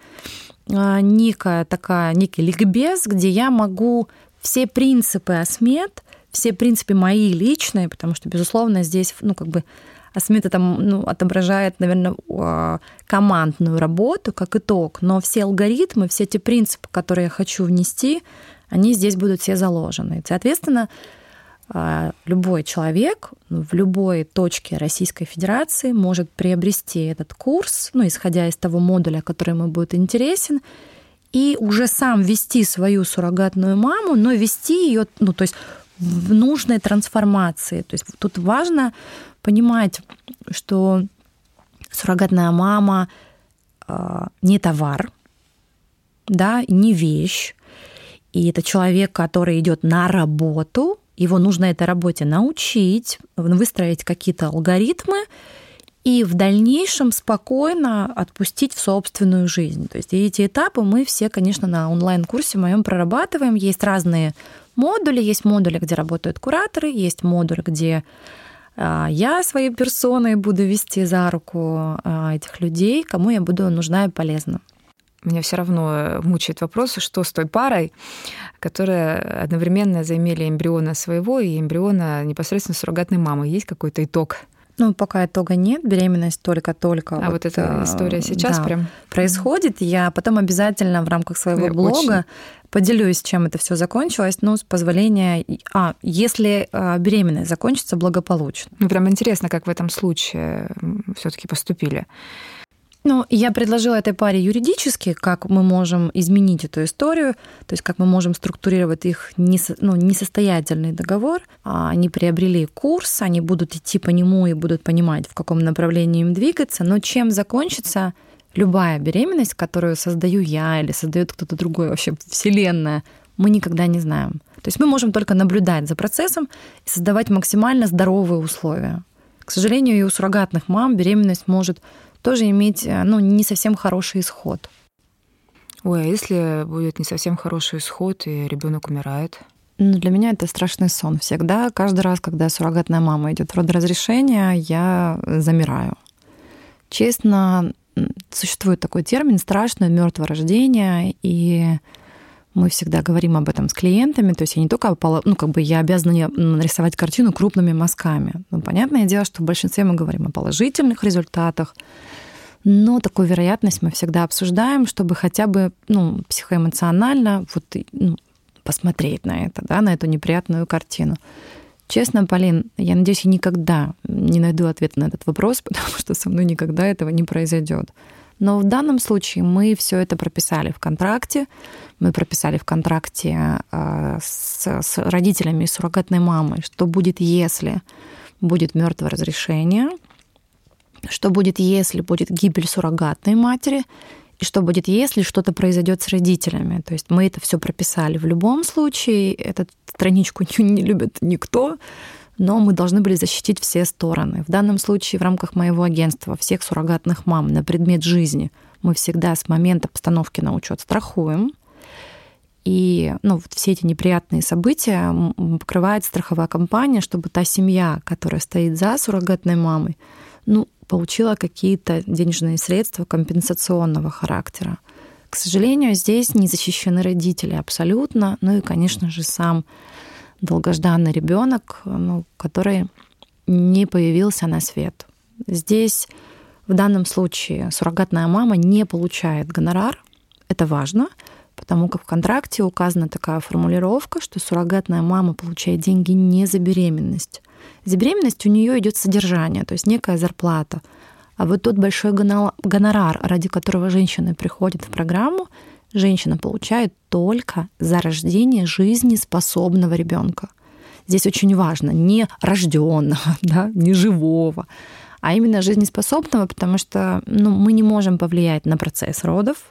некий ликбез, где я могу все принципы ОСМЕД, все принципы мои личные, потому что, безусловно, здесь, ОСМЕД отображает, наверное, командную работу как итог, но все алгоритмы, все эти принципы, которые я хочу внести, они здесь будут все заложены. И, соответственно, любой человек в любой точке Российской Федерации может приобрести этот курс, исходя из того модуля, который ему будет интересен, и уже сам вести свою суррогатную маму, но вести ее, то есть в нужной трансформации. То есть тут важно понимать, что суррогатная мама не товар, да, не вещь, и это человек, который идет на работу. Его нужно этой работе научить, выстроить какие-то алгоритмы и в дальнейшем спокойно отпустить в собственную жизнь. То есть эти этапы мы все, конечно, на онлайн-курсе моем прорабатываем. Есть разные модули. Есть модули, где работают кураторы, есть модуль, где я своей персоной буду вести за руку этих людей, кому я буду нужна и полезна. Меня все равно мучает вопрос, что с той парой, которая одновременно заимели эмбриона своего и эмбриона непосредственно суррогатной мамы. Есть какой-то итог? Пока итога нет, беременность только-только. А вот эта история сейчас прям происходит. Я потом обязательно в рамках своего блога поделюсь, чем это все закончилось, с позволения. Если беременность закончится благополучно. Прям интересно, как в этом случае все-таки поступили. Я предложила этой паре юридически, как мы можем изменить эту историю, то есть как мы можем структурировать их несостоятельный договор. Они приобрели курс, они будут идти по нему и будут понимать, в каком направлении им двигаться. Но чем закончится любая беременность, которую создаю я или создает кто-то другой, вообще Вселенная, мы никогда не знаем. То есть мы можем только наблюдать за процессом и создавать максимально здоровые условия. К сожалению, и у суррогатных мам беременность может тоже иметь не совсем хороший исход. Ой, а если будет не совсем хороший исход, и ребенок умирает? Для меня это страшный сон всегда. Каждый раз, когда суррогатная мама идет в родоразрешение, я замираю. Честно, существует такой термин «страшное мертворождение», и мы всегда говорим об этом с клиентами. То есть я не только я обязана нарисовать картину крупными мазками. Понятное дело, что в большинстве мы говорим о положительных результатах, но такую вероятность мы всегда обсуждаем, чтобы хотя бы психоэмоционально посмотреть на это, на эту неприятную картину. Честно, Полин, я надеюсь, я никогда не найду ответа на этот вопрос, потому что со мной никогда этого не произойдет. Но в данном случае мы все это прописали в контракте. Мы прописали в контракте с родителями суррогатной мамы, что будет, если будет мертворазрешение, что будет, если будет гибель суррогатной матери, и что будет, если что-то произойдет с родителями. То есть мы это все прописали. В любом случае, эту страничку не любит никто, но мы должны были защитить все стороны. В данном случае в рамках моего агентства всех суррогатных мам на предмет жизни мы всегда с момента постановки на учет страхуем. И все эти неприятные события покрывает страховая компания, чтобы та семья, которая стоит за суррогатной мамой, получила какие-то денежные средства компенсационного характера. К сожалению, здесь не защищены родители абсолютно, и, конечно же, сам долгожданный ребенок, который не появился на свет. Здесь в данном случае суррогатная мама не получает гонорар. Это важно, потому как в контракте указана такая формулировка, что суррогатная мама получает деньги не за беременность. За беременность у нее идет содержание, то есть некая зарплата. А вот тот большой гонорар, ради которого женщина приходит в программу, женщина получает только за рождение жизнеспособного ребенка. Здесь очень важно не рожденного, не живого, а именно жизнеспособного, потому что мы не можем повлиять на процесс родов.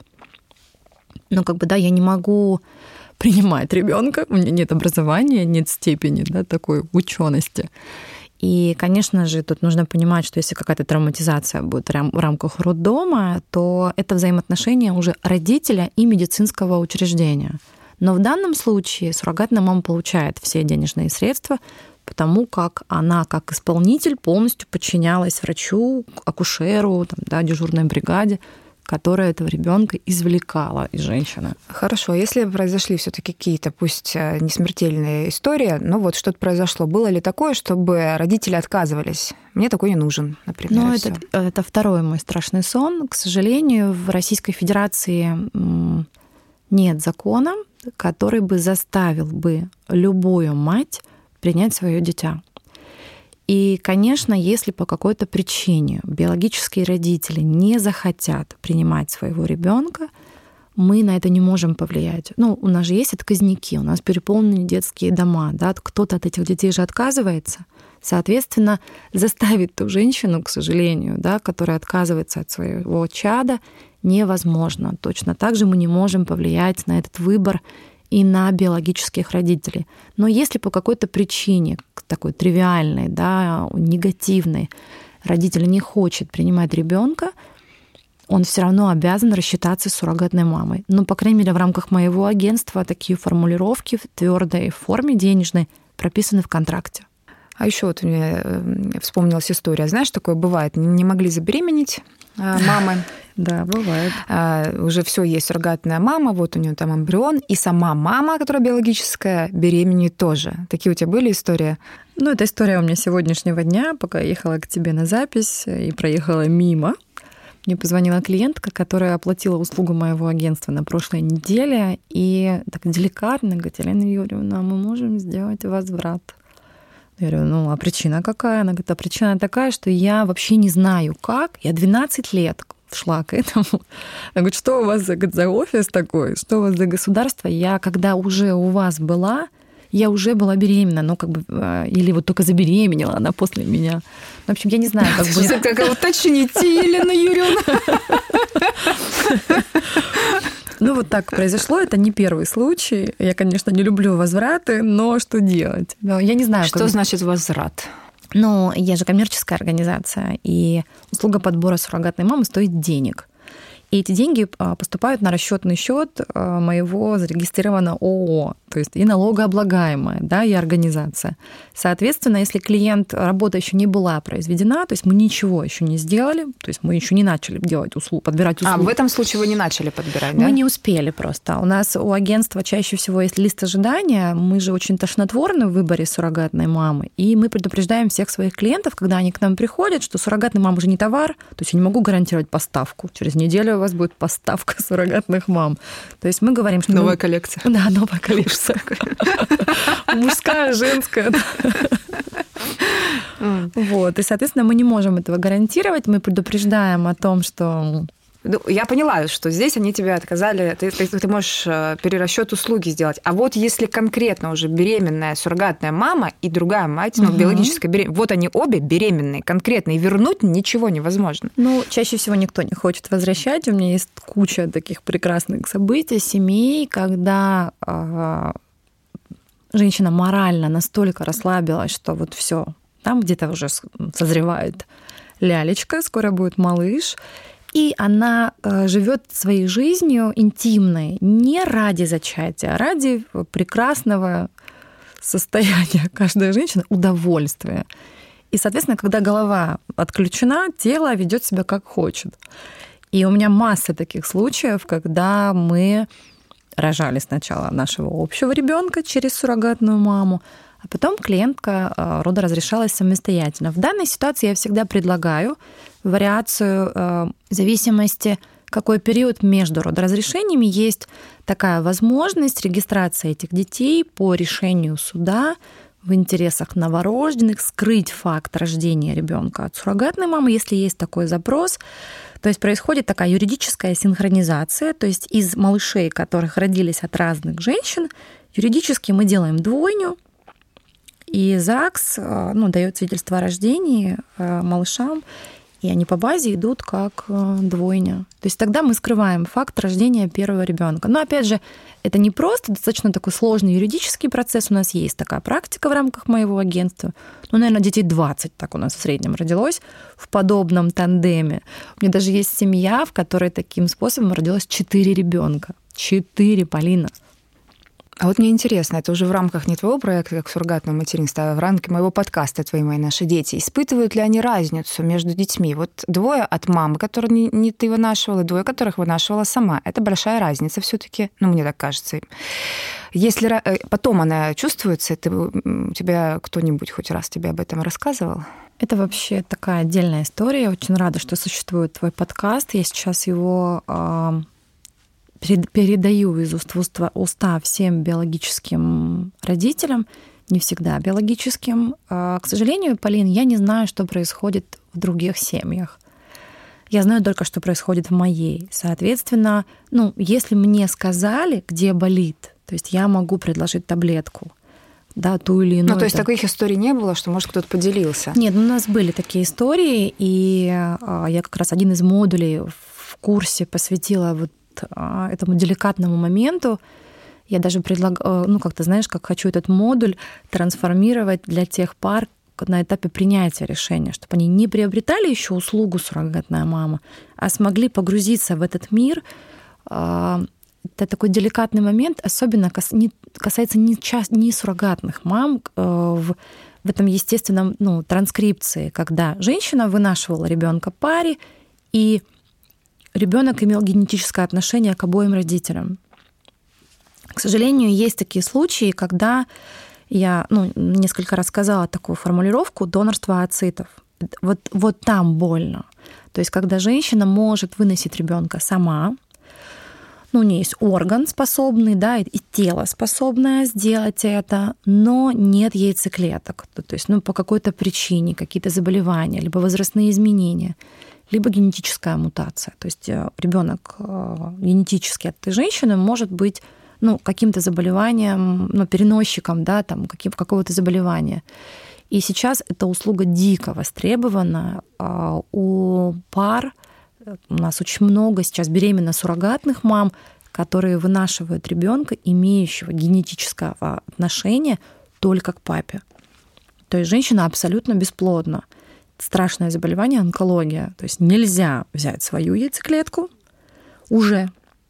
Я не могу принимать ребенка, у меня нет образования, нет степени такой учености. И, конечно же, тут нужно понимать, что если какая-то травматизация будет в рамках роддома, то это взаимоотношения уже родителя и медицинского учреждения. Но в данном случае суррогатная мама получает все денежные средства, потому как она, как исполнитель, полностью подчинялась врачу, акушеру, дежурной бригаде, которая этого ребенка извлекала из женщины. Хорошо, если произошли все-таки какие-то, пусть не смертельные истории, но вот что-то произошло, было ли такое, чтобы родители отказывались? Мне такой не нужен, например. Это второй мой страшный сон. К сожалению, в Российской Федерации нет закона, который бы заставил бы любую мать принять свое дитя. И, конечно, если по какой-то причине биологические родители не захотят принимать своего ребенка, мы на это не можем повлиять. У нас же есть отказники, у нас переполнены детские дома, кто-то от этих детей же отказывается. Соответственно, заставить ту женщину, к сожалению, которая отказывается от своего чада, невозможно. Точно так же мы не можем повлиять на этот выбор и на биологических родителей. Но если по какой-то причине, такой тривиальной, негативной, родитель не хочет принимать ребенка, он все равно обязан рассчитаться с суррогатной мамой. По крайней мере, в рамках моего агентства такие формулировки в твердой форме денежной прописаны в контракте. А еще мне вспомнилась история. Знаешь, такое бывает, не могли забеременеть мамы. Да, бывает. Уже все есть суррогатная мама, вот у нее там эмбрион, и сама мама, которая биологическая, беременеет тоже. Такие у тебя были истории? Ну, это история у меня сегодняшнего дня, пока я ехала к тебе на запись и проехала мимо. Мне позвонила клиентка, которая оплатила услугу моего агентства на прошлой неделе, и так деликатно говорит: Елена Юрьевна, мы можем сделать возврат. Я говорю: ну, а причина какая? Она говорит: а причина такая, что я вообще не знаю как. Я 12 лет шла к этому. Она говорит: что у вас за офис такой? Что у вас за государство? Я, когда уже у вас была, я уже была беременна, ну, как бы, или вот только забеременела она после меня. В общем, я не знаю, как бы... Как уточните, Елена Юрьевна. Ну, вот так произошло. Это не первый случай. Я, конечно, не люблю возвраты, но что делать? Я не знаю. Что значит возврат? Ну, я же коммерческая организация, и услуга подбора суррогатной мамы стоит денег. И эти деньги поступают на расчетный счет моего зарегистрированного ООО, то есть и налогооблагаемая, да, и организация. Соответственно, если работа еще не была произведена, то есть мы ничего еще не сделали, то есть мы еще не начали делать услугу, подбирать услуги. В этом случае вы не начали подбирать, да? Мы не успели просто. У агентства чаще всего есть лист ожидания, мы же очень тошнотворны в выборе суррогатной мамы, и мы предупреждаем всех своих клиентов, когда они к нам приходят, что суррогатная мама уже не товар, то есть я не могу гарантировать поставку. Через неделю у вас будет поставка суррогатных мам. То есть мы говорим, что... Новая коллекция. Да, новая коллекция. Мужская, женская. Вот. И, соответственно, мы не можем этого гарантировать. Мы предупреждаем о том, что... Я поняла, что здесь они тебе отказали, ты можешь перерасчет услуги сделать. А вот если конкретно уже беременная суррогатная мама и другая мать, биологическая беременная, вот они обе беременные конкретно, и вернуть ничего невозможно. Ну, чаще всего никто не хочет возвращать. У меня есть куча таких прекрасных событий, семей, когда женщина морально настолько расслабилась, что вот все, там где-то уже созревает лялечка, скоро будет малыш. И она живет своей жизнью интимной не ради зачатия, а ради прекрасного состояния каждой женщины, удовольствия. И, соответственно, когда голова отключена, тело ведет себя как хочет. И у меня масса таких случаев, когда мы рожали сначала нашего общего ребенка через суррогатную маму, а потом клиентка родоразрешалась самостоятельно. В данной ситуации я всегда предлагаю вариацию в зависимости, какой период между родоразрешениями есть такая возможность регистрации этих детей по решению суда в интересах новорожденных, скрыть факт рождения ребенка от суррогатной мамы, если есть такой запрос. То есть происходит такая юридическая синхронизация, то есть из малышей, которых родились от разных женщин, юридически мы делаем двойню, и ЗАГС дает свидетельство о рождении малышам, и они по базе идут как двойня. То есть тогда мы скрываем факт рождения первого ребенка. Но опять же, это не просто достаточно такой сложный юридический процесс. У нас есть такая практика в рамках моего агентства. Наверное, детей 20 так у нас в среднем родилось в подобном тандеме. У меня даже есть семья, в которой таким способом родилось 4 ребенка. 4, Полина. А вот мне интересно, это уже в рамках не твоего проекта, как суррогатного материнства, а в рамках моего подкаста «Твои мои наши дети». Испытывают ли они разницу между детьми? Вот 2 от мамы, которые не ты вынашивала, 2, которых вынашивала сама. Это большая разница все-таки, мне так кажется. Если потом она чувствуется, у тебя кто-нибудь хоть раз тебе об этом рассказывал? Это вообще такая отдельная история. Я очень рада, что существует твой подкаст. Я сейчас его... передаю из уст в уста всем биологическим родителям, не всегда биологическим. К сожалению, Полин, я не знаю, что происходит в других семьях. Я знаю только, что происходит в моей. Соответственно, если мне сказали, где болит, то есть я могу предложить таблетку, да, ту или иную. То есть таких историй не было, что, может, кто-то поделился? Нет, у нас были такие истории, и я как раз один из модулей в курсе посвятила этому деликатному моменту. Я даже предлагаю, как хочу этот модуль трансформировать для тех пар на этапе принятия решения, чтобы они не приобретали еще услугу суррогатная мама, а смогли погрузиться в этот мир. Это такой деликатный момент, особенно касается не суррогатных мам в этом естественном транскрипции, когда женщина вынашивала ребенка паре, и ребенок имел генетическое отношение к обоим родителям. К сожалению, есть такие случаи, когда я несколько раз сказала такую формулировку донорство ооцитов. Вот там больно. То есть когда женщина может выносить ребенка сама, у нее есть орган способный, да, и тело способное сделать это, но нет яйцеклеток. То есть по какой-то причине, какие-то заболевания, либо возрастные изменения, либо генетическая мутация. То есть ребенок генетически от этой женщины может быть каким-то заболеванием, переносчиком, да, там, какого-то заболевания. И сейчас эта услуга дико востребована у пар. У нас очень много сейчас беременных суррогатных мам, которые вынашивают ребенка, имеющего генетического отношения только к папе. То есть женщина абсолютно бесплодна. Страшное заболевание — онкология. То есть нельзя взять свою яйцеклетку уже,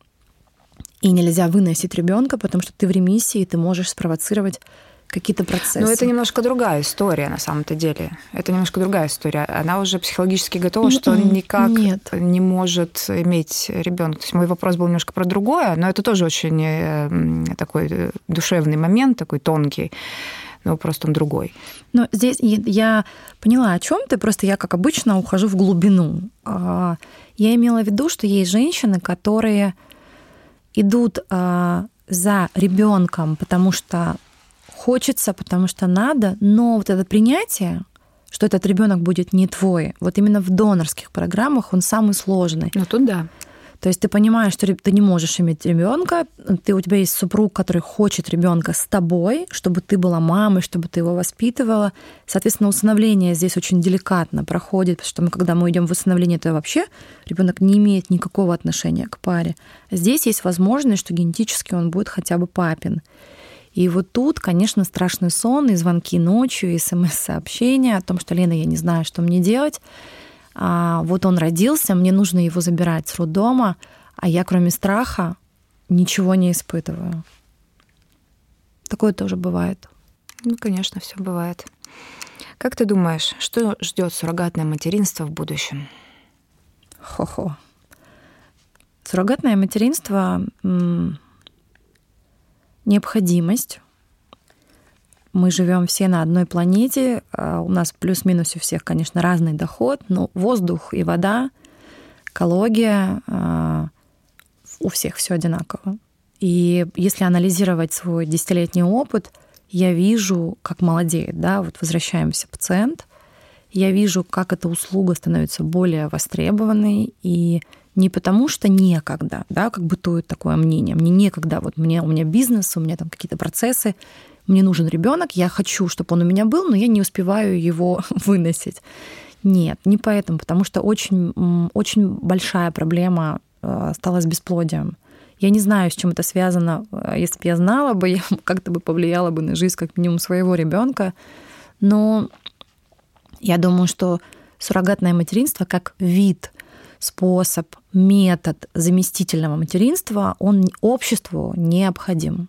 и нельзя выносить ребенка, потому что ты в ремиссии, и ты можешь спровоцировать какие-то процессы. Но это немножко другая история на самом-то деле. Это немножко другая история. Она уже психологически готова, что он никак не может иметь ребенка. То есть мой вопрос был немножко про другое, но это тоже очень такой душевный момент, такой тонкий, но просто он другой. Но здесь я поняла, о чем ты, просто я, как обычно, ухожу в глубину. Я имела в виду, что есть женщины, которые идут за ребенком, потому что хочется, потому что надо, но вот это принятие, что этот ребенок будет не твой, вот именно в донорских программах он самый сложный. Ну тут да. То есть ты понимаешь, что ты не можешь иметь ребенка, у тебя есть супруг, который хочет ребенка с тобой, чтобы ты была мамой, чтобы ты его воспитывала. Соответственно, усыновление здесь очень деликатно проходит, потому что когда мы идем в усыновление, то вообще ребенок не имеет никакого отношения к паре. Здесь есть возможность, что генетически он будет хотя бы папин. И вот тут, конечно, страшный сон, и звонки ночью, и СМС-сообщения о том, что «Лена, я не знаю, что мне делать. Вот он родился, мне нужно его забирать с роддома, а я, кроме страха, ничего не испытываю». Такое тоже бывает. Конечно, все бывает. Как ты думаешь, что ждет суррогатное материнство в будущем? Хо-хо. Суррогатное материнство — необходимость. Мы живем все на одной планете. У нас плюс-минус у всех, конечно, разный доход, но воздух и вода, экология, у всех все одинаково. И если анализировать свой 10-летний опыт, я вижу, как молодеет, да, вот возвращаемся пациент, я вижу, как эта услуга становится более востребованной, и не потому что некогда, да, как бытует такое мнение, мне некогда, вот у меня бизнес, у меня там какие-то процессы, мне нужен ребенок, я хочу, чтобы он у меня был, но я не успеваю его выносить. Нет, не поэтому, потому что очень, очень большая проблема стала с бесплодием. Я не знаю, с чем это связано. Если бы я знала бы, я как-то бы повлияла бы на жизнь как минимум своего ребенка. Но я думаю, что суррогатное материнство как вид, способ, метод заместительного материнства, он обществу необходим.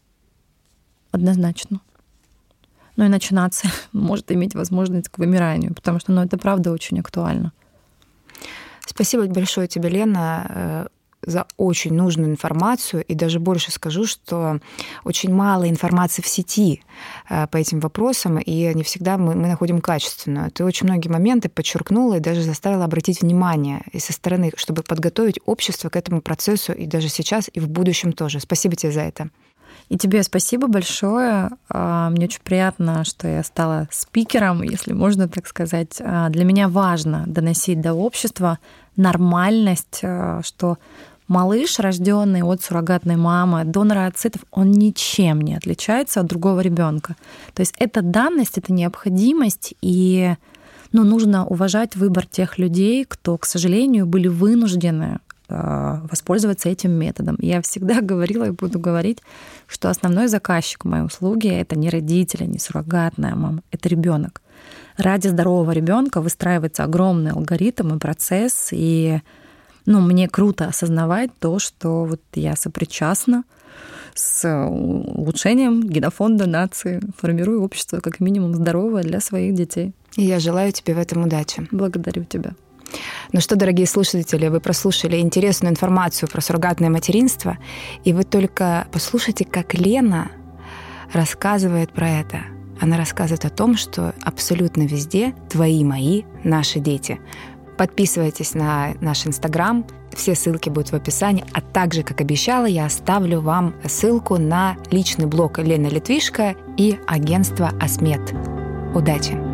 Однозначно. Но иначе нация может иметь возможность к вымиранию, потому что это правда очень актуально. Спасибо большое тебе, Лена, за очень нужную информацию. И даже больше скажу, что очень мало информации в сети по этим вопросам, и не всегда мы находим качественную. Ты очень многие моменты подчеркнула и даже заставила обратить внимание и со стороны, чтобы подготовить общество к этому процессу и даже сейчас, и в будущем тоже. Спасибо тебе за это. И тебе спасибо большое. Мне очень приятно, что я стала спикером, если можно так сказать. Для меня важно доносить до общества нормальность, что малыш, рожденный от суррогатной мамы, от донора ооцитов, он ничем не отличается от другого ребенка. То есть это данность, это необходимость, и нужно уважать выбор тех людей, кто, к сожалению, были вынуждены воспользоваться этим методом. Я всегда говорила и буду говорить, что основной заказчик моей услуги — это не родители, не суррогатная мама, это ребенок. Ради здорового ребенка выстраивается огромный алгоритм и процесс, и мне круто осознавать то, что вот я сопричастна с улучшением генофонда нации, формирую общество как минимум здоровое для своих детей. И я желаю тебе в этом удачи. Благодарю тебя. Ну что, дорогие слушатели, вы прослушали интересную информацию про суррогатное материнство, и вы только послушайте, как Лена рассказывает про это. Она рассказывает о том, что абсолютно везде твои, мои, наши дети. Подписывайтесь на наш Инстаграм, все ссылки будут в описании, а также, как обещала, я оставлю вам ссылку на личный блог Лены Литвишко и агентство Асмед. Удачи!